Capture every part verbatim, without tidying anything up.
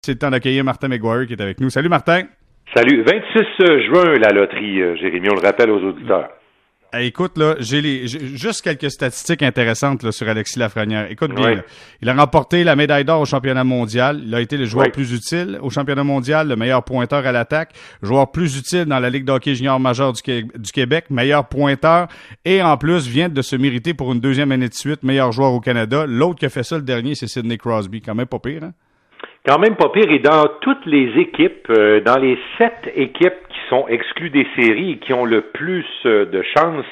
C'est le temps d'accueillir Martin McGuire qui est avec nous. Salut Martin. Salut. vingt-six juin, la loterie, euh, Jérémy, on le rappelle aux auditeurs. Hey, écoute, là, j'ai, les, j'ai juste quelques statistiques intéressantes là, sur Alexis Lafrenière. Écoute bien, oui. là, il a remporté la médaille d'or au championnat mondial. Il a été le joueur oui. plus utile au championnat mondial, le meilleur pointeur à l'attaque, joueur plus utile dans la Ligue de hockey junior majeur du, du Québec, meilleur pointeur, et en plus vient de se mériter pour une deuxième année de suite meilleur joueur au Canada. L'autre qui a fait ça le dernier, c'est Sidney Crosby. Quand même pas pire, hein? Quand même pas pire. Et dans toutes les équipes, euh, dans les sept équipes qui sont exclues des séries et qui ont le plus euh, de chances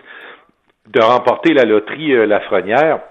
de remporter la loterie euh, Lafrenière,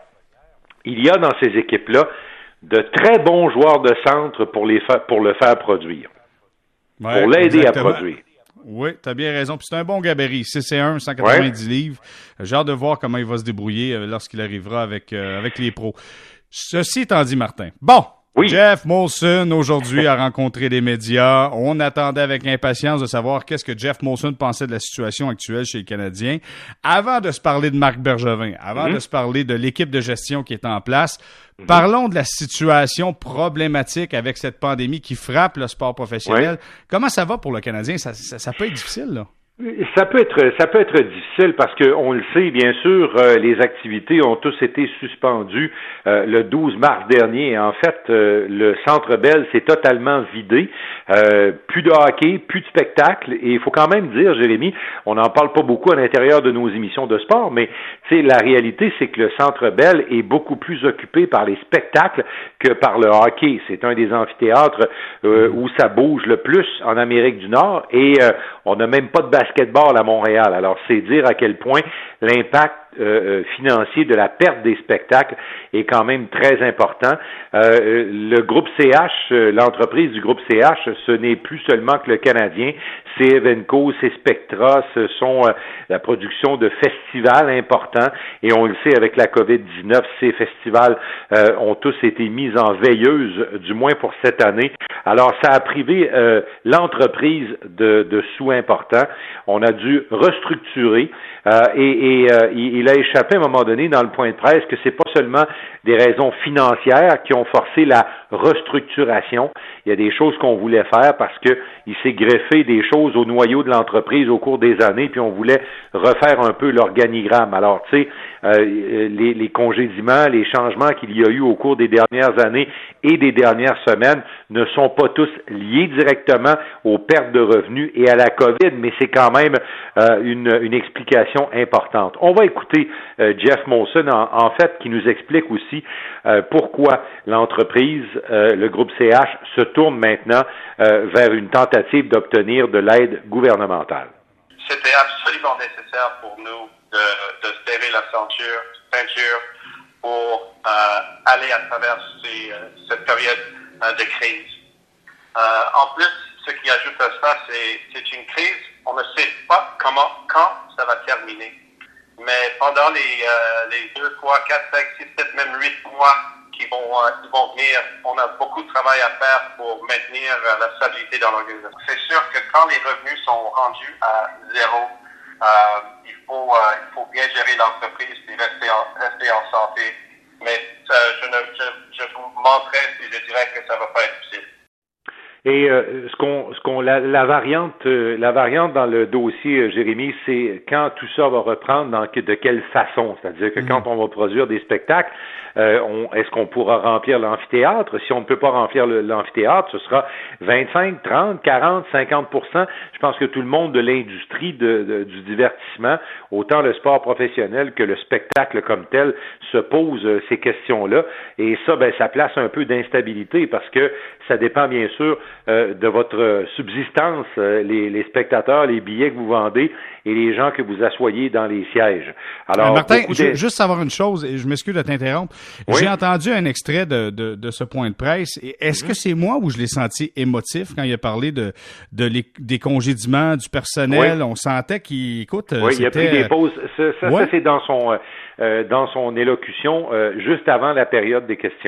il y a dans ces équipes-là de très bons joueurs de centre pour les fa- pour le faire produire, Ouais, pour l'aider exactement. à produire. Oui, t'as bien raison. Puis c'est un bon gabarit, six et un, cent quatre-vingt-dix ouais. livres. J'ai hâte de voir comment il va se débrouiller euh, lorsqu'il arrivera avec, euh, avec les pros. Ceci étant dit, Martin. Bon! Oui. Jeff Molson, aujourd'hui, a rencontré des médias. On attendait avec impatience de savoir qu'est-ce que Jeff Molson pensait de la situation actuelle chez les Canadiens. Avant de se parler de Marc Bergevin, avant mm-hmm. de se parler de l'équipe de gestion qui est en place, mm-hmm. parlons de la situation problématique avec cette pandémie qui frappe le sport professionnel. Ouais. Comment ça va pour le Canadien? Ça, ça, ça peut être difficile, là. Ça peut être ça peut être difficile parce que on le sait bien sûr, euh, les activités ont tous été suspendues euh, le douze mars dernier. En fait, euh, le Centre Bell s'est totalement vidé. Euh, plus de hockey, plus de spectacle. Et il faut quand même dire, Jérémy, on n'en parle pas beaucoup à l'intérieur de nos émissions de sport, mais tu sais, la réalité, c'est que le Centre Bell est beaucoup plus occupé par les spectacles que par le hockey. C'est un des amphithéâtres euh, où ça bouge le plus en Amérique du Nord et euh, on n'a même pas de basketball à Montréal. Alors, c'est dire à quel point l'impact euh, financier de la perte des spectacles est quand même très important. Euh, le groupe C H, euh, l'entreprise du groupe C H, ce n'est plus seulement que le Canadien, c'est Evenco, c'est Spectra, ce sont euh, la production de festivals importants et on le sait avec la covid dix-neuf, ces festivals euh, ont tous été mis en veilleuse, du moins pour cette année. Alors, ça a privé euh, l'entreprise de, de sous importants. On a dû restructurer euh, et, et euh, il a échappé à un moment donné dans le point de presse que c'est pas seulement des raisons financières qui ont forcé la restructuration. Il y a des choses qu'on voulait faire parce que il s'est greffé des choses au noyau de l'entreprise au cours des années, puis on voulait refaire un peu l'organigramme. Alors, tu sais, euh, les, les congédiements, les changements qu'il y a eu au cours des dernières années et des dernières semaines ne sont pas tous liés directement aux pertes de revenus et à la COVID, mais c'est quand même euh, une, une explication importante. On va écouter euh, Jeff Molson, en, en fait, qui nous explique aussi euh, pourquoi l'entreprise, euh, le groupe C H, se tourne maintenant euh, vers une tentative d'obtenir de l'aide gouvernementale. C'était absolument nécessaire pour nous de, de serrer la ceinture, ceinture pour euh, aller à travers ces, euh, cette période euh, de crise. Euh, en plus, ce qui ajoute à ça, c'est, c'est une crise. On ne sait pas comment, quand ça va terminer. Mais pendant les, euh, les deux, trois, quatre, cinq, six, sept, même huit mois qui vont, euh, qui vont venir, on a beaucoup de travail à faire pour maintenir euh, la stabilité dans l'organisation. C'est sûr que quand les revenus sont rendus à zéro, euh, il faut, euh, il faut bien gérer l'entreprise et rester en, rester en santé. Mais euh, je, ne, je, je vous mentirais si je dirais que ça va pas être difficile. Et euh, ce qu'on, ce qu'on, la, la variante, euh, la variante dans le dossier, euh, Jérémy, c'est quand tout ça va reprendre, dans de quelle façon. C'est-à-dire que mmh. quand on va produire des spectacles, euh, on, est-ce qu'on pourra remplir l'amphithéâtre? Si on ne peut pas remplir le, l'amphithéâtre, ce sera vingt-cinq, trente, quarante, cinquante pour cent. Je pense que tout le monde de l'industrie de, de, du divertissement, autant le sport professionnel que le spectacle comme tel, se pose euh, ces questions-là. Et ça, ben, ça place un peu d'instabilité parce que ça dépend bien sûr Euh, de votre subsistance, euh, les, les spectateurs, les billets que vous vendez et les gens que vous assoyez dans les sièges. Alors, euh, Martin, de... je, juste savoir une chose, et je m'excuse de t'interrompre. Oui? J'ai entendu un extrait de, de, de ce point de presse. Et est-ce mm-hmm. que c'est moi où je l'ai senti émotif quand il a parlé de, de les, des congédiements du personnel? Oui. On sentait qu'il, écoute, oui, c'était... il a pris des pauses. Ça, ça, ouais. ça c'est dans son euh, dans son élocution euh, juste avant la période des questions.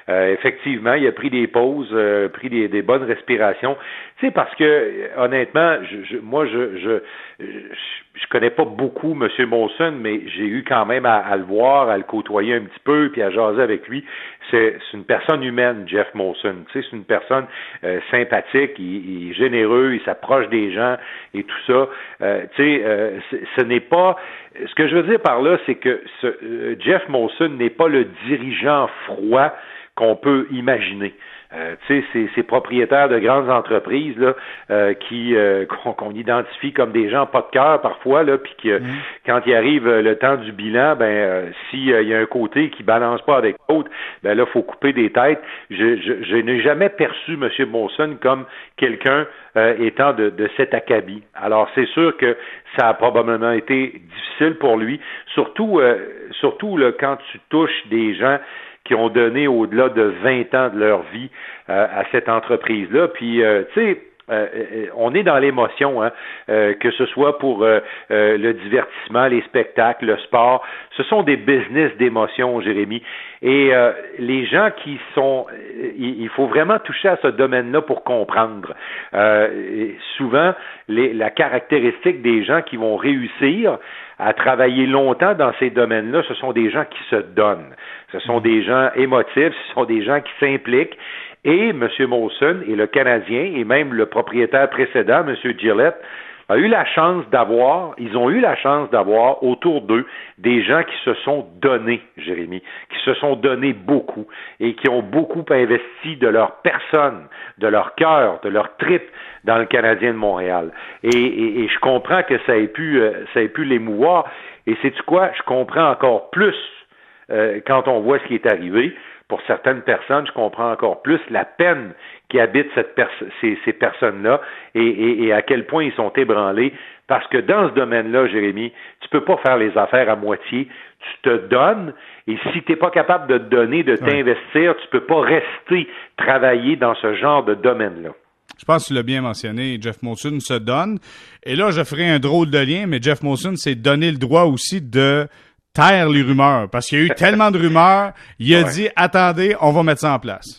Euh, effectivement, il a pris des pauses, euh, pris des, des bonnes respirations. Tu sais, parce que honnêtement, je, je, moi, je, je, je, je connais pas beaucoup M. Molson, mais j'ai eu quand même à, à le voir, à le côtoyer un petit peu, puis à jaser avec lui. C'est, c'est une personne humaine, Jeff Molson. Tu sais, c'est une personne euh, sympathique, il, il est généreux, il s'approche des gens et tout ça. Euh, tu sais, euh, ce n'est pas. Ce que je veux dire par là, c'est que ce, euh, Jeff Molson n'est pas le dirigeant froid qu'on peut imaginer. Euh, tu sais, ces, ces propriétaires de grandes entreprises là, euh, qui euh, qu'on, qu'on identifie comme des gens pas de cœur parfois, là, puis que mmh. quand il arrive euh, le temps du bilan, ben euh, s'il euh, y a un côté qui balance pas avec l'autre, ben là, faut couper des têtes. Je, je, je n'ai jamais perçu M. Molson comme quelqu'un euh, étant de, de cet acabit. Alors, c'est sûr que ça a probablement été difficile pour lui, surtout, euh, surtout là, quand tu touches des gens qui ont donné au-delà de vingt ans de leur vie euh, à cette entreprise-là. Puis, euh, tu sais, euh, on est dans l'émotion, hein, euh, que ce soit pour euh, euh, le divertissement, les spectacles, le sport. Ce sont des business d'émotion, Jérémy. Et euh, les gens qui sont... Il, il faut vraiment toucher à ce domaine-là pour comprendre. Euh, souvent, les, la caractéristique des gens qui vont réussir à travailler longtemps dans ces domaines-là, ce sont des gens qui se donnent. Ce sont des gens émotifs, ce sont des gens qui s'impliquent. Et M. Molson et le Canadien, et même le propriétaire précédent, M. Gillette, a eu la chance d'avoir, ils ont eu la chance d'avoir autour d'eux des gens qui se sont donnés, Jérémy, qui se sont donnés beaucoup et qui ont beaucoup investi de leur personne, de leur cœur, de leur trip dans le Canadien de Montréal. Et, et, et je comprends que ça ait pu, euh, ça ait pu l'émouvoir. Et sais-tu quoi? Je comprends encore plus euh, quand on voit ce qui est arrivé. Pour certaines personnes, je comprends encore plus la peine qui habite cette pers- ces, ces personnes-là et, et, et à quel point ils sont ébranlés. Parce que dans ce domaine-là, Jérémy, tu peux pas faire les affaires à moitié. Tu te donnes et si tu n'es pas capable de te donner, de t'investir, tu peux pas rester travailler dans ce genre de domaine-là. Je pense que tu l'as bien mentionné, Jeff Molson se donne. Et là, je ferai un drôle de lien, mais Jeff Molson s'est donné le droit aussi de taire les rumeurs, parce qu'il y a eu tellement de rumeurs, il a ouais. dit, attendez, on va mettre ça en place.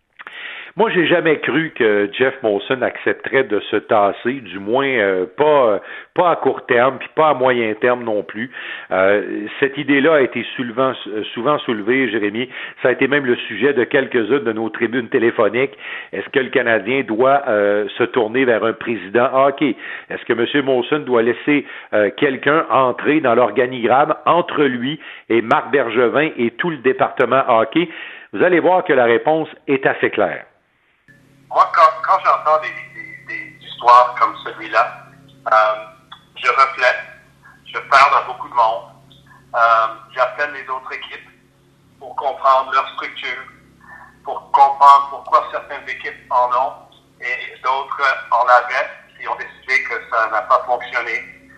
Moi, j'ai jamais cru que Jeff Molson accepterait de se tasser, du moins euh, pas euh, pas à court terme, puis pas à moyen terme non plus. Euh, cette idée-là a été souvent, souvent soulevée, Jérémy. Ça a été même le sujet de quelques-unes de nos tribunes téléphoniques. Est-ce que le Canadien doit euh, se tourner vers un président hockey? Est-ce que M. Molson doit laisser euh, quelqu'un entrer dans l'organigramme entre lui et Marc Bergevin et tout le département hockey? Vous allez voir que la réponse est assez claire. Moi, quand, quand j'entends des, des, des histoires comme celui-là, euh, je reflète, je parle à beaucoup de monde, euh, j'appelle les autres équipes pour comprendre leur structure, pour comprendre pourquoi certaines équipes en ont et d'autres en avaient, qui ont décidé que ça n'a pas fonctionné.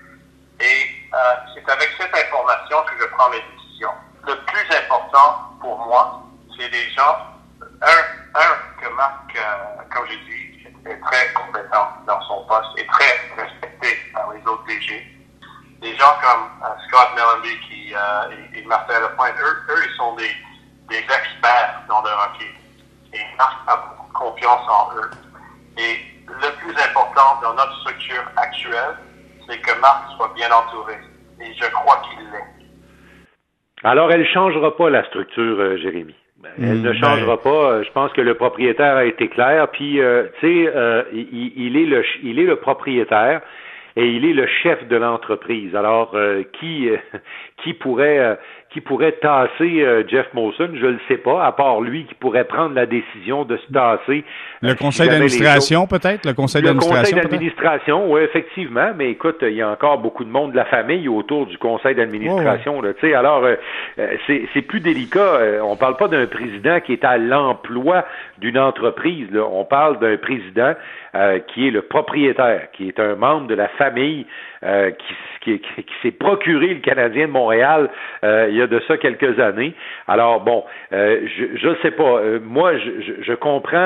Et euh, c'est avec cette information que je prends mes décisions. Le plus important pour moi, c'est des gens, un, un que Marc, euh, comme je dis, est très compétent dans son poste et très respecté par les autres D G. Des gens comme euh, Scott Mellanby qui, euh, et, et Martin Lapointe, eux, eux, ils sont des, des experts dans le hockey. Et Marc a beaucoup de confiance en eux. Et le plus important dans notre structure actuelle, c'est que Marc soit bien entouré. Et je crois qu'il l'est. Alors, elle ne changera pas la structure, euh, Jérémy. Elle mmh, ne changera ben... pas. Je pense que le propriétaire a été clair. Puis, euh, tu sais, euh, il, il est le, il est le propriétaire et il est le chef de l'entreprise. Alors, euh, qui, euh, qui pourrait, euh, qui pourrait tasser euh, Jeff Molson? Je ne le sais pas. À part lui, qui pourrait prendre la décision de se tasser. Le euh, conseil si d'administration, peut-être? Le conseil le d'administration, conseil d'administration, oui, effectivement. Mais écoute, il y a encore beaucoup de monde de la famille autour du conseil d'administration. Oh, ouais. Tu sais, alors, euh, c'est, c'est plus délicat. Euh, on parle pas d'un président qui est à l'emploi d'une entreprise. Là. On parle d'un président euh, qui est le propriétaire, qui est un membre de la famille euh, qui, qui, qui, qui s'est procuré le Canadien de Montréal euh, il y a de ça quelques années. Alors, bon, euh, je ne sais pas. Euh, moi, je, je, je comprends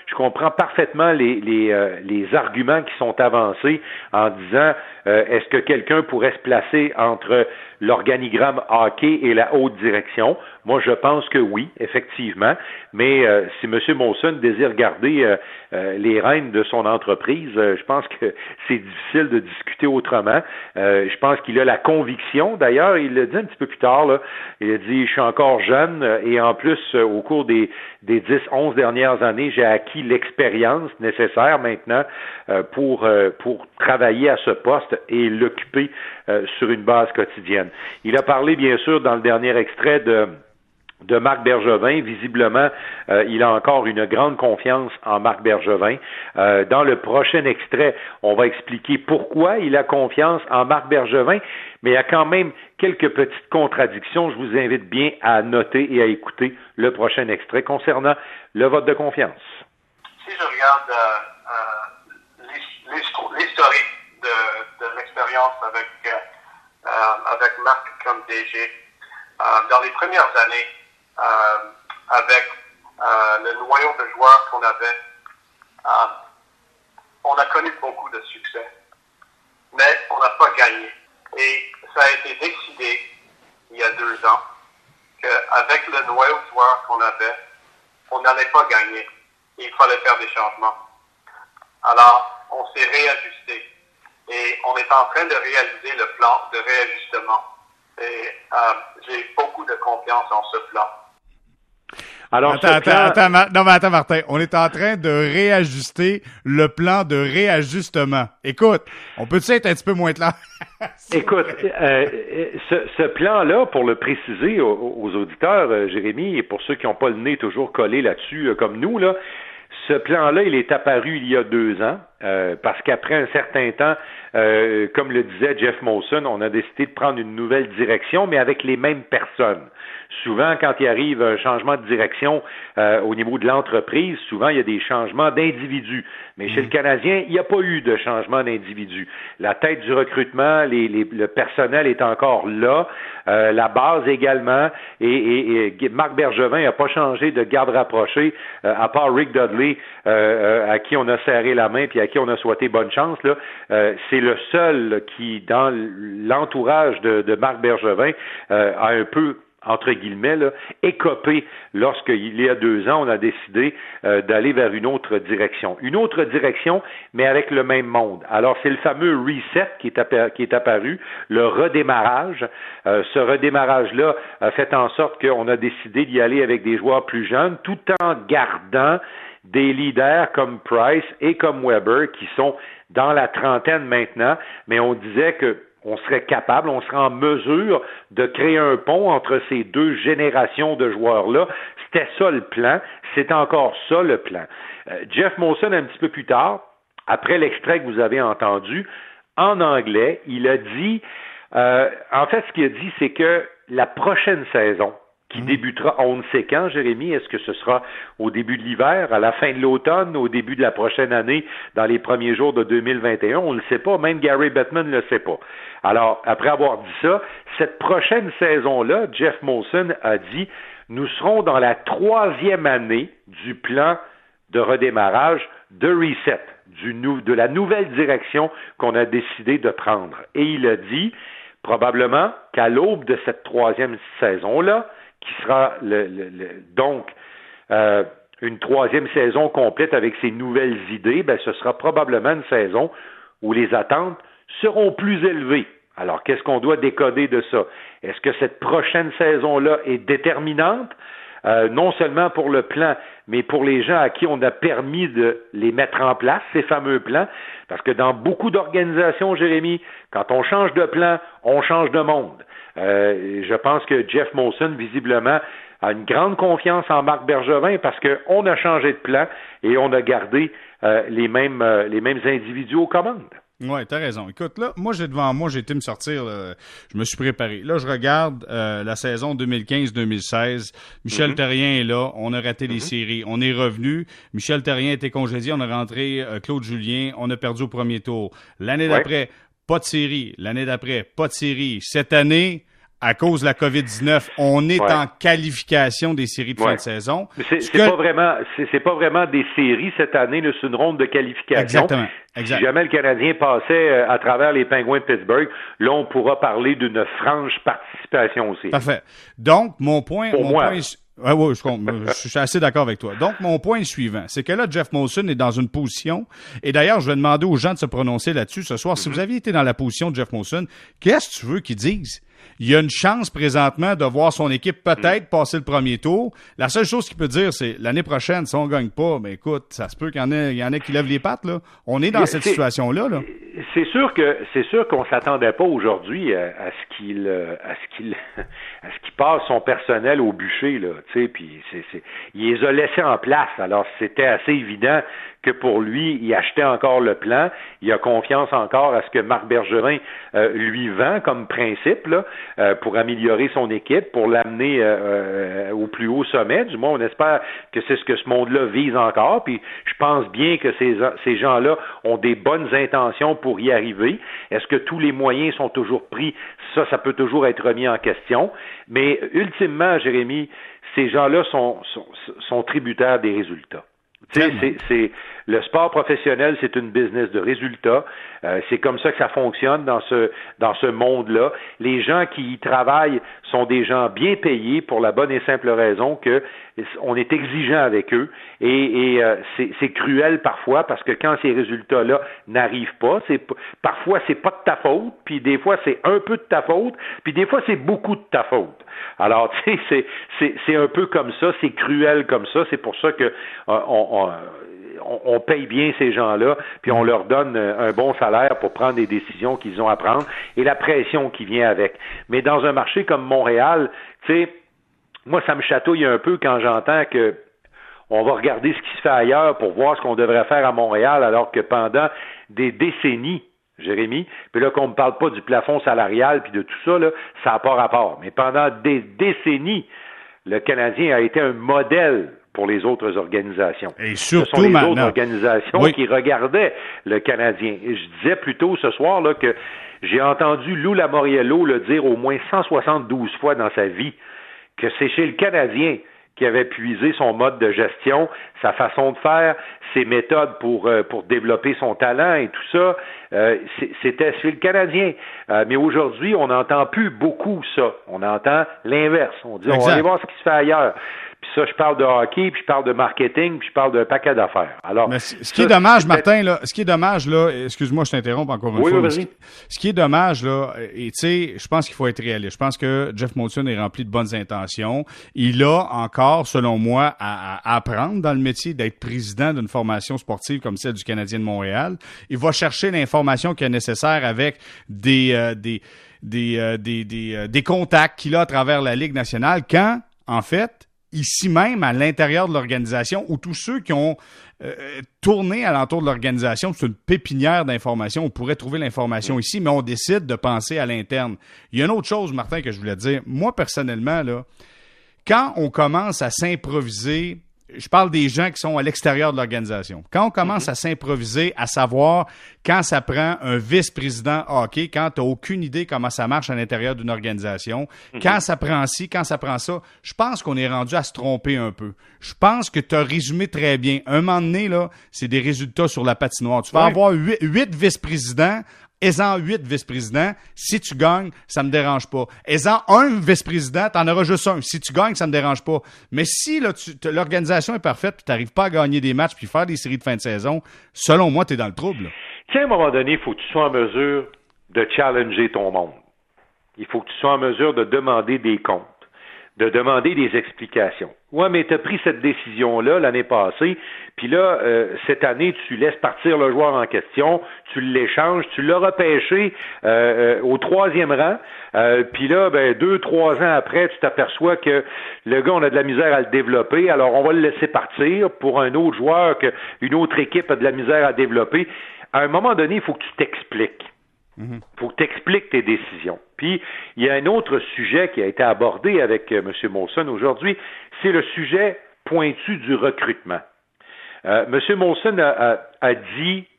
je comprends parfaitement les les, euh, les arguments qui sont avancés en disant euh, est-ce que quelqu'un pourrait se placer entre l'organigramme hockey et la haute direction? Moi, je pense que oui, effectivement, mais euh, si M. Molson désire garder euh, euh, les rênes de son entreprise, euh, je pense que c'est difficile de discuter autrement. Euh, je pense qu'il a la conviction, d'ailleurs, il l'a dit un petit peu plus tard, là, il a dit « je suis encore jeune et en plus, euh, au cours des, des dix, onze dernières années, j'ai acquis l'expérience nécessaire maintenant euh, pour, euh, pour travailler à ce poste et l'occuper euh, sur une base quotidienne. » Il a parlé, bien sûr, dans le dernier extrait de de Marc Bergevin. Visiblement, euh, il a encore une grande confiance en Marc Bergevin. Euh, dans le prochain extrait, on va expliquer pourquoi il a confiance en Marc Bergevin, mais il y a quand même quelques petites contradictions. Je vous invite bien à noter et à écouter le prochain extrait concernant le vote de confiance. Si je regarde euh, euh, l'historique de, de l'expérience avec, euh, avec Marc comme D G, euh, dans les premières années, Euh, avec euh, le noyau de joueurs qu'on avait, euh, on a connu beaucoup de succès, mais on n'a pas gagné. Et ça a été décidé il y a deux ans qu'avec le noyau de joueurs qu'on avait, on n'allait pas gagner. Il fallait faire des changements. Alors, on s'est réajusté et on est en train de réaliser le plan de réajustement. Et euh, j'ai beaucoup de confiance en ce plan. Alors, attends, attends, plan... attends, ma... non, mais attends, Martin. On est en train de réajuster le plan de réajustement. Écoute, on peut-tu être un petit peu moins clair? Écoute, euh, ce, ce plan-là, pour le préciser aux, aux auditeurs, euh, Jérémy, et pour ceux qui n'ont pas le nez toujours collé là-dessus, euh, comme nous, là, ce plan-là, il est apparu il y a deux ans, euh, parce qu'après un certain temps, euh, comme le disait Jeff Molson, on a décidé de prendre une nouvelle direction, mais avec les mêmes personnes. Souvent, quand il arrive un changement de direction euh, au niveau de l'entreprise, souvent, il y a des changements d'individus. Mais chez le Canadien, il n'y a pas eu de changement d'individus. La tête du recrutement, les, les, le personnel est encore là, euh, la base également, et, et, et Marc Bergevin n'a pas changé de garde rapproché, euh, à part Rick Dudley, euh, à qui on a serré la main puis à qui on a souhaité bonne chance. Là, euh, c'est le seul qui, dans l'entourage de, de Marc Bergevin, euh, a un peu entre guillemets, là, écopé lorsqu'il y a deux ans, on a décidé euh, d'aller vers une autre direction. Une autre direction, mais avec le même monde. Alors, c'est le fameux reset qui est apparu, qui est apparu le redémarrage. Euh, ce redémarrage-là a fait en sorte qu'on a décidé d'y aller avec des joueurs plus jeunes, tout en gardant des leaders comme Price et comme Weber, qui sont dans la trentaine maintenant, mais on disait que on serait capable, on serait en mesure de créer un pont entre ces deux générations de joueurs-là. C'était ça le plan. C'est encore ça le plan. Euh, Jeff Molson, un petit peu plus tard, après l'extrait que vous avez entendu, en anglais, il a dit, euh, en fait, ce qu'il a dit, c'est que la prochaine saison, qui débutera on ne sait quand, Jérémy, est-ce que ce sera au début de l'hiver, à la fin de l'automne, au début de la prochaine année, dans les premiers jours de deux mille vingt et un, on ne le sait pas, même Gary Bettman ne le sait pas. Alors, après avoir dit ça, cette prochaine saison-là, Jeff Molson a dit, nous serons dans la troisième année du plan de redémarrage, de reset, du nou- de la nouvelle direction qu'on a décidé de prendre. Et il a dit, probablement qu'à l'aube de cette troisième saison-là, qui sera le, le, le, donc euh, une troisième saison complète avec ses nouvelles idées, ben, ce sera probablement une saison où les attentes seront plus élevées. Alors, qu'est-ce qu'on doit décoder de ça? Est-ce que cette prochaine saison-là est déterminante, euh, non seulement pour le plan, mais pour les gens à qui on a permis de les mettre en place, ces fameux plans? Parce que dans beaucoup d'organisations, Jérémy, quand on change de plan, on change de monde. Euh, je pense que Jeff Molson, visiblement, a une grande confiance en Marc Bergevin parce qu'on a changé de plan et on a gardé euh, les mêmes euh, les mêmes individus aux commandes. Ouais, t'as raison. Écoute, là, moi, j'ai devant moi, j'ai été me sortir, là, je me suis préparé. Là, je regarde euh, la saison deux mille quinze deux mille seize. Michel mm-hmm. Therrien est là. On a raté mm-hmm. les séries. On est revenu. Michel Therrien a été congédié. On a rentré euh, Claude Julien. On a perdu au premier tour. L'année ouais. d'après, pas de série. L'année d'après, pas de série. Cette année, à cause de la covid dix-neuf, on est ouais. en qualification des séries de ouais. fin de saison. Mais c'est, Ce c'est que... pas vraiment, c'est, c'est pas vraiment des séries cette année, là, c'est une ronde de qualification. Exactement. Exact. Si jamais le Canadien passait à travers les Pingouins de Pittsburgh, là, on pourra parler d'une franche participation aussi. Parfait. Donc, mon point... Pour mon moi. point... Ah oui, je, je suis assez d'accord avec toi. Donc, mon point est suivant. C'est que là, Jeff Molson est dans une position, et d'ailleurs, je vais demander aux gens de se prononcer là-dessus ce soir. Mm-hmm. Si vous aviez été dans la position de Jeff Molson, qu'est-ce que tu veux qu'ils disent? Il y a une chance présentement de voir son équipe peut-être mm. passer le premier tour. La seule chose qu'il peut dire, c'est l'année prochaine, si on ne gagne pas, ben écoute, ça se peut qu'il y en ait, il y en ait qui lèvent les pattes, là. On est dans cette c'est, situation-là, là. C'est sûr que c'est sûr qu'on s'attendait pas aujourd'hui à, à ce qu'il à ce qu'il à ce qu'il passe son personnel au bûcher, là. Tu sais, puis c'est, c'est il les a laissés en place. Alors c'était assez évident que pour lui, il achetait encore le plan. Il a confiance encore à ce que Marc Bergevin euh, lui vend comme principe là, euh, pour améliorer son équipe, pour l'amener euh, euh, au plus haut sommet. Du moins, on espère que c'est ce que ce monde-là vise encore. Puis je pense bien que ces, ces gens-là ont des bonnes intentions pour y arriver. Est-ce que tous les moyens sont toujours pris? Ça, ça peut toujours être remis en question. Mais ultimement, Jérémy, ces gens-là sont, sont, sont tributaires des résultats. Tu sais, c'est, c'est le sport professionnel, c'est une business de résultats. Euh, c'est comme ça que ça fonctionne dans ce dans ce monde-là. Les gens qui y travaillent sont des gens bien payés pour la bonne et simple raison que on est exigeant avec eux et, et euh, c'est, c'est cruel parfois parce que quand ces résultats-là n'arrivent pas, c'est parfois c'est pas de ta faute, puis des fois c'est un peu de ta faute, puis des fois c'est beaucoup de ta faute. Alors tu sais, c'est c'est c'est un peu comme ça, c'est cruel comme ça. C'est pour ça que euh, on, on on paye bien ces gens-là, puis on leur donne un bon salaire pour prendre les décisions qu'ils ont à prendre et la pression qui vient avec. Mais dans un marché comme Montréal, tu sais, moi, ça me chatouille un peu quand j'entends que on va regarder ce qui se fait ailleurs pour voir ce qu'on devrait faire à Montréal, alors que pendant des décennies, Jérémy, puis là qu'on ne me parle pas du plafond salarial puis de tout ça, là, ça n'a pas rapport. Mais pendant des décennies, le Canadien a été un modèle pour les autres organisations. Et surtout ce sont les maintenant. autres organisations oui. qui regardaient le Canadien. Et je disais plus tôt ce soir là, que j'ai entendu Lou Lamoriello le dire au moins cent soixante-douze fois dans sa vie que c'est chez le Canadien qui avait puisé son mode de gestion, sa façon de faire, ses méthodes pour euh, pour développer son talent et tout ça. Euh, c'était chez le Canadien. Euh, mais aujourd'hui, on n'entend plus beaucoup ça. On entend l'inverse. On dit, exact. On va aller voir ce qui se fait ailleurs. Puis ça, je parle de hockey, puis je parle de marketing, puis je parle d'un paquet d'affaires. Alors, mais ce, ce qui ça, est dommage, Martin, là, ce qui est dommage, là, excuse-moi, je t'interromps encore une oui, fois. Oui, ce, qui, ce qui est dommage, là, et tu sais, je pense qu'il faut être réaliste. Je pense que Jeff Molson est rempli de bonnes intentions. Il a encore, selon moi, à, à apprendre dans le métier d'être président d'une formation sportive comme celle du Canadien de Montréal. Il va chercher l'information qui est nécessaire avec des, euh, des, des, euh, des, des, euh, des contacts qu'il a à travers la Ligue nationale quand, en fait, ici même, à l'intérieur de l'organisation, où tous ceux qui ont euh, tourné alentour de l'organisation, c'est une pépinière d'informations, on pourrait trouver l'information ici, mais on décide de penser à l'interne. Il y a une autre chose, Martin, que je voulais te dire. Moi, personnellement, là, quand on commence à s'improviser, je parle des gens qui sont à l'extérieur de l'organisation. Quand on commence mm-hmm. à s'improviser, à savoir quand ça prend un vice-président hockey, quand tu n'as aucune idée comment ça marche à l'intérieur d'une organisation, mm-hmm. quand ça prend ci, quand ça prend ça, je pense qu'on est rendu à se tromper un peu. Je pense que tu as résumé très bien. Un moment donné, là, c'est des résultats sur la patinoire. Tu vas oui. avoir huit, huit vice-présidents. Aisant huit vice-présidents, si tu gagnes, ça me dérange pas. Aisant un vice-président, t'en auras juste un. Si tu gagnes, ça me dérange pas. Mais si là, tu, l'organisation est parfaite, puis t'arrives pas à gagner des matchs, puis faire des séries de fin de saison, selon moi, t'es dans le trouble. Tu sais, à un moment donné, il faut que tu sois en mesure de challenger ton monde. Il faut que tu sois en mesure de demander des comptes, de demander des explications. Ouais, mais tu as pris cette décision-là l'année passée, puis là, euh, cette année, tu laisses partir le joueur en question, tu l'échanges, tu l'as repêché euh, euh, au troisième rang, euh, puis là, ben deux, trois ans après, tu t'aperçois que le gars, on a de la misère à le développer, alors on va le laisser partir pour un autre joueur qu'une autre équipe a de la misère à développer. À un moment donné, il faut que tu t'expliques. Il faut que tu expliques tes décisions. Puis, il y a un autre sujet qui a été abordé avec euh, M. Molson aujourd'hui, c'est le sujet pointu du recrutement. Euh, M. Molson a, a, a dit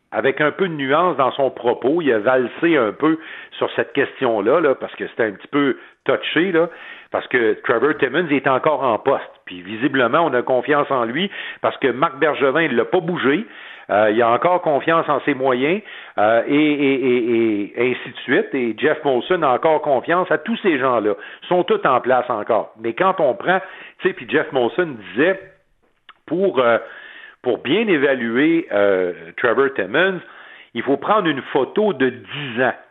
avec un peu de nuance dans son propos. Il a valsé un peu sur cette question-là, là, parce que c'était un petit peu touché, là, parce que Trevor Timmons est encore en poste. Puis visiblement, on a confiance en lui, parce que Marc Bergevin ne l'a pas bougé. Euh, il a encore confiance en ses moyens, euh, et, et, et, et ainsi de suite. Et Jeff Molson a encore confiance à tous ces gens-là. Ils sont tous en place encore. Mais quand on prend, tu sais, puis Jeff Molson disait, pour, euh, pour bien évaluer euh, Trevor Timmons, il faut prendre une photo de dix ans.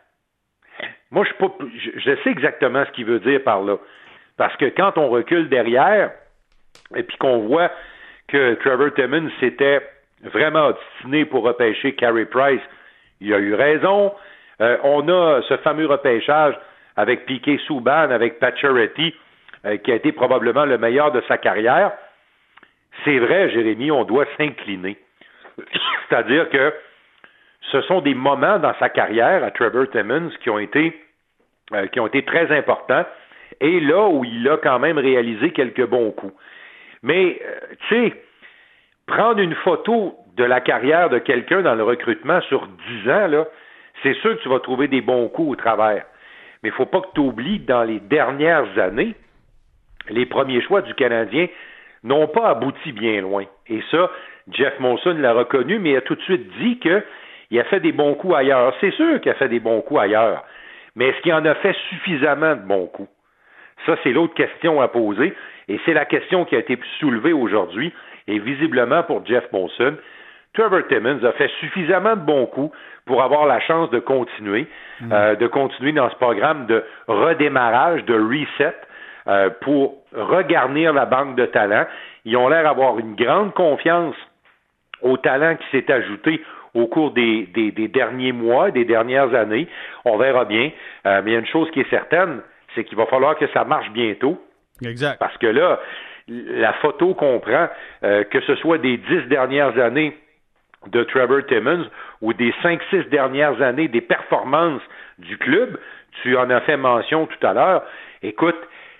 Moi, je, pas, je, je sais exactement ce qu'il veut dire par là. Parce que quand on recule derrière, et puis qu'on voit que Trevor Timmons s'était vraiment obstiné pour repêcher Carey Price, il a eu raison. Euh, on a ce fameux repêchage avec Piquet Souban, avec Pacioretty, euh, qui a été probablement le meilleur de sa carrière. C'est vrai, Jérémy, on doit s'incliner. C'est-à-dire que ce sont des moments dans sa carrière à Trevor Timmons qui ont été, euh, qui ont été très importants, et là où il a quand même réalisé quelques bons coups. Mais, euh, tu sais, prendre une photo de la carrière de quelqu'un dans le recrutement sur dix ans, là, c'est sûr que tu vas trouver des bons coups au travers. Mais il ne faut pas que tu oublies que dans les dernières années, les premiers choix du Canadien n'ont pas abouti bien loin. Et ça, Jeff Molson l'a reconnu, mais il a tout de suite dit qu'il a fait des bons coups ailleurs. C'est sûr qu'il a fait des bons coups ailleurs. Mais est-ce qu'il en a fait suffisamment de bons coups? Ça, c'est l'autre question à poser. Et c'est la question qui a été soulevée aujourd'hui. Et visiblement, pour Jeff Molson, Trevor Timmons a fait suffisamment de bons coups pour avoir la chance de continuer, mmh. euh, de continuer dans ce programme de redémarrage, de reset, euh, pour regarnir la banque de talents. Ils ont l'air d'avoir une grande confiance au talent qui s'est ajouté au cours des, des, des derniers mois, des dernières années. On verra bien. Euh, mais il y a une chose qui est certaine, c'est qu'il va falloir que ça marche bientôt. Exact. Parce que là, la photo qu'on prend, euh, que ce soit des dix dernières années de Trevor Timmons ou des cinq, six dernières années des performances du club, tu en as fait mention tout à l'heure. Écoute,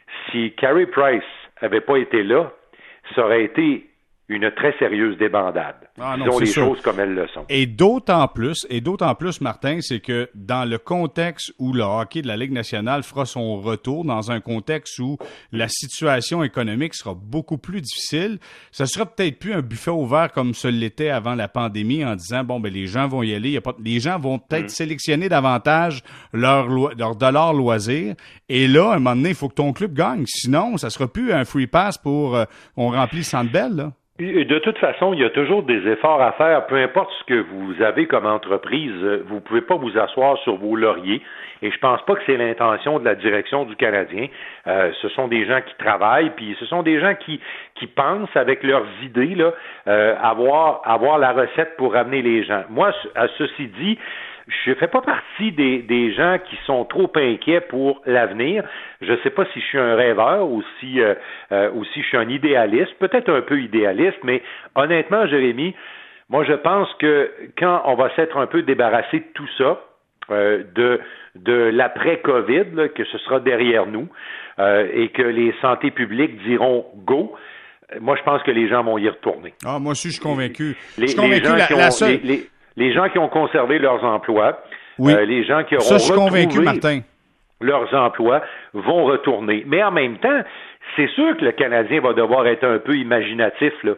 si Carey Price avait pas été là, ça aurait été une très sérieuse débandade. Ah non, Disons les sûr. choses comme elles le sont. Et d'autant plus, et d'autant plus, Martin, c'est que dans le contexte où le hockey de la Ligue nationale fera son retour, dans un contexte où la situation économique sera beaucoup plus difficile, ça sera peut-être plus un buffet ouvert comme ce l'était avant la pandémie en disant, bon, ben les gens vont y aller, y a pas, les gens vont peut-être mmh. sélectionner davantage leur, lo- leur dollar loisir. Et là, à un moment donné, il faut que ton club gagne. Sinon, ça sera plus un free pass pour, euh, on remplit le Centre Bell, là. De toute façon, il y a toujours des efforts à faire, peu importe ce que vous avez comme entreprise, vous ne pouvez pas vous asseoir sur vos lauriers, et je pense pas que c'est l'intention de la direction du Canadien. Euh, ce sont des gens qui travaillent, puis ce sont des gens qui qui pensent avec leurs idées là, euh, avoir avoir la recette pour ramener les gens. Moi, à ceci dit, je ne fais pas partie des, des gens qui sont trop inquiets pour l'avenir. Je ne sais pas si je suis un rêveur ou si, euh, euh, ou si je suis un idéaliste, peut-être un peu idéaliste, mais honnêtement, Jérémy, moi je pense que quand on va s'être un peu débarrassé de tout ça, euh, de, de l'après-COVID, là, que ce sera derrière nous, euh, et que les santé publiques diront « go », moi je pense que les gens vont y retourner. Ah, moi aussi je suis convaincu. Les, je suis convaincu, les gens la, qui ont, la seule... les, les, Les gens qui ont conservé leurs emplois, oui. euh, les gens qui auront Ça, je suis retrouvé convaincu, Martin. leurs emplois vont retourner. Mais en même temps, c'est sûr que le Canadien va devoir être un peu imaginatif, là.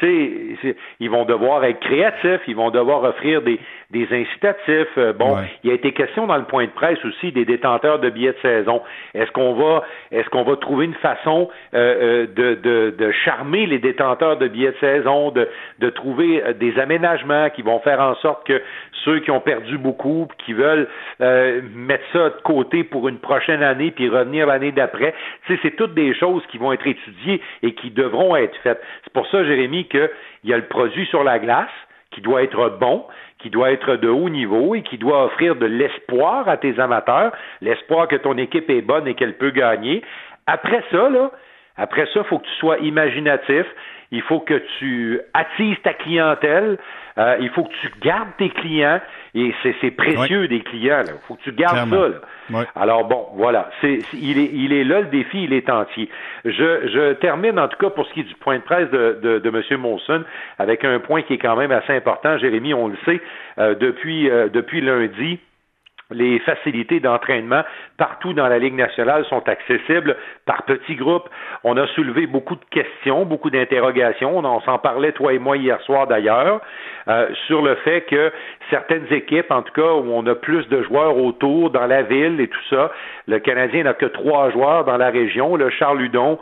Tu sais, ils vont devoir être créatifs, ils vont devoir offrir des, des incitatifs. Euh, bon, ouais. Il a été question dans le point de presse aussi des détenteurs de billets de saison. Est-ce qu'on va, est-ce qu'on va trouver une façon euh, de, de, de charmer les détenteurs de billets de saison, de, de trouver des aménagements qui vont faire en sorte que ceux qui ont perdu beaucoup, qui veulent euh, mettre ça de côté pour une prochaine année puis revenir l'année d'après, tu sais, c'est toutes des choses qui vont être étudiées et qui devront être faites. C'est pour ça, Jérémy, qu'il y a le produit sur la glace qui doit être bon, qui doit être de haut niveau et qui doit offrir de l'espoir à tes amateurs, l'espoir que ton équipe est bonne et qu'elle peut gagner. Après ça, là, Après ça, il faut que tu sois imaginatif. Il faut que tu attises ta clientèle. Euh, il faut que tu gardes tes clients. Et c'est, c'est précieux oui. des clients. Il faut que tu gardes Clairement. ça. Là. Oui. Alors bon, voilà. C'est, c'est, il, est, il est là, le défi, il est entier. Je, je termine en tout cas pour ce qui est du point de presse de, de, de M. Molson avec un point qui est quand même assez important. Jérémy, on le sait, euh, depuis, euh, depuis lundi, les facilités d'entraînement partout dans la Ligue nationale sont accessibles par petits groupes. On a soulevé beaucoup de questions, beaucoup d'interrogations. On, on s'en parlait, toi et moi, hier soir d'ailleurs, euh, sur le fait que certaines équipes, en tout cas, où on a plus de joueurs autour, dans la ville et tout ça, le Canadien n'a que trois joueurs dans la région, le Charles Hudon,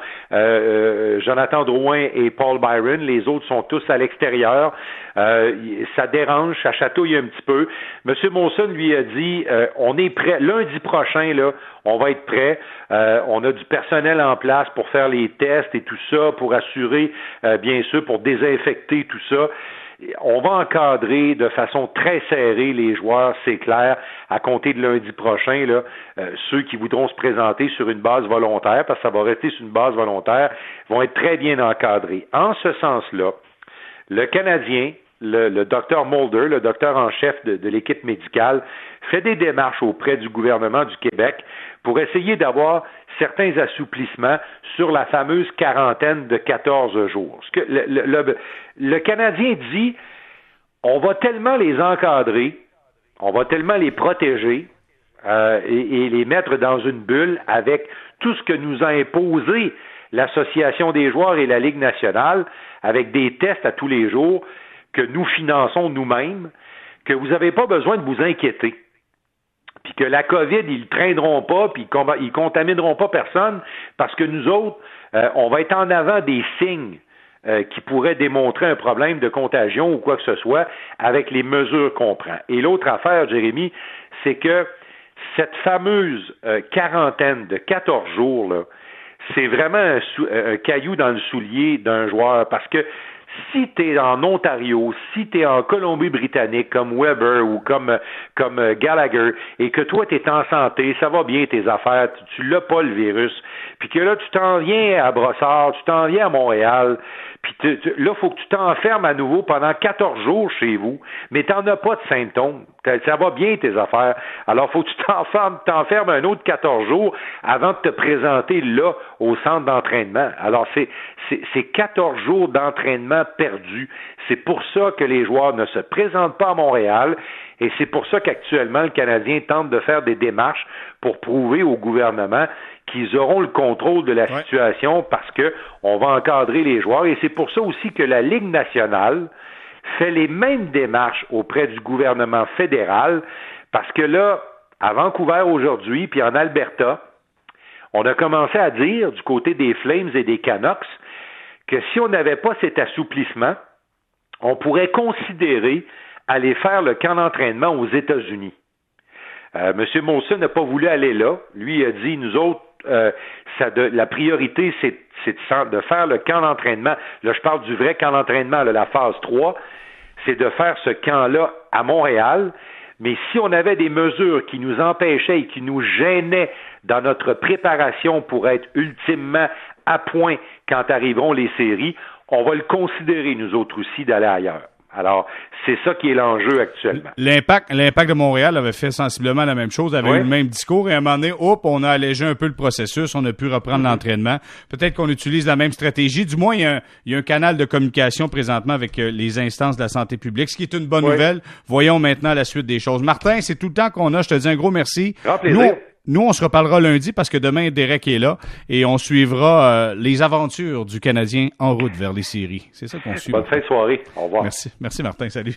euh, Jonathan Drouin et Paul Byron. Les autres sont tous à l'extérieur. Euh, ça dérange, ça chatouille un petit peu. M. Molson lui a dit, euh, on est prêt, lundi prochain, là, on va être prêt. Euh, on a du personnel en place pour faire les tests et tout ça, pour assurer, euh, bien sûr, pour désinfecter tout ça. On va encadrer de façon très serrée les joueurs, c'est clair, à compter de lundi prochain, là, euh, ceux qui voudront se présenter sur une base volontaire, parce que ça va rester sur une base volontaire, vont être très bien encadrés. En ce sens-là, le Canadien, le, le docteur Mulder, le docteur en chef de, de l'équipe médicale, fait des démarches auprès du gouvernement du Québec pour essayer d'avoir certains assouplissements sur la fameuse quarantaine de quatorze jours. Ce que le, le, le, le Canadien dit, on va tellement les encadrer, on va tellement les protéger euh, et, et les mettre dans une bulle avec tout ce que nous a imposé l'Association des joueurs et la Ligue nationale, avec des tests à tous les jours que nous finançons nous-mêmes, que vous n'avez pas besoin de vous inquiéter. Puis que la COVID, ils ne traîneront pas, puis ils ne contamineront pas personne, parce que nous autres, euh, on va être en avant des signes euh, qui pourraient démontrer un problème de contagion ou quoi que ce soit avec les mesures qu'on prend. Et l'autre affaire, Jérémy, c'est que cette fameuse euh, quarantaine de quatorze jours, là, c'est vraiment un, sou- un caillou dans le soulier d'un joueur, parce que si tu es en Ontario, si tu es en Colombie-Britannique comme Weber ou comme comme Gallagher et que toi tu es en santé, ça va bien tes affaires, tu, tu l'as pas le virus, puis que là tu t'en viens à Brossard, tu t'en viens à Montréal, puis tu, tu, là faut que tu t'enfermes à nouveau pendant quatorze jours chez vous, mais t'en as pas de symptômes, ça va bien tes affaires. Alors faut que tu t'enfermes, t'enfermes un autre quatorze jours avant de te présenter là au centre d'entraînement. Alors c'est c'est, c'est quatorze jours d'entraînement perdus. C'est pour ça que les joueurs ne se présentent pas à Montréal et c'est pour ça qu'actuellement le Canadien tente de faire des démarches pour prouver au gouvernement qu'ils auront le contrôle de la ouais. situation parce que on va encadrer les joueurs et c'est pour ça aussi que la Ligue nationale fait les mêmes démarches auprès du gouvernement fédéral parce que là, à Vancouver aujourd'hui puis en Alberta, on a commencé à dire du côté des Flames et des Canucks que si on n'avait pas cet assouplissement, on pourrait considérer aller faire le camp d'entraînement aux États-Unis. Euh, M. Molson n'a pas voulu aller là. Lui il a dit, nous autres, euh, ça de, la priorité, c'est, c'est de, de faire le camp d'entraînement. Là, je parle du vrai camp d'entraînement, là, la phase trois, c'est de faire ce camp-là à Montréal. Mais si on avait des mesures qui nous empêchaient et qui nous gênaient dans notre préparation pour être ultimement à point quand arriveront les séries, on va le considérer, nous autres aussi, d'aller ailleurs. Alors, c'est ça qui est l'enjeu actuellement. L'impact, l'impact de Montréal avait fait sensiblement la même chose, avait oui. eu le même discours, et à un moment donné, hop, on a allégé un peu le processus, on a pu reprendre mm-hmm. l'entraînement. Peut-être qu'on utilise la même stratégie. Du moins, il y a un, il y a un canal de communication présentement avec euh, les instances de la santé publique, ce qui est une bonne oui. nouvelle. Voyons maintenant la suite des choses. Martin, c'est tout le temps qu'on a. Je te dis un gros merci. Grand plaisir. Nous, Nous, on se reparlera lundi parce que demain, Derek est là et on suivra euh, les aventures du Canadien en route vers les séries. C'est ça qu'on suit. Bonne fin de soirée. Au revoir. Merci. Merci, Martin. Salut.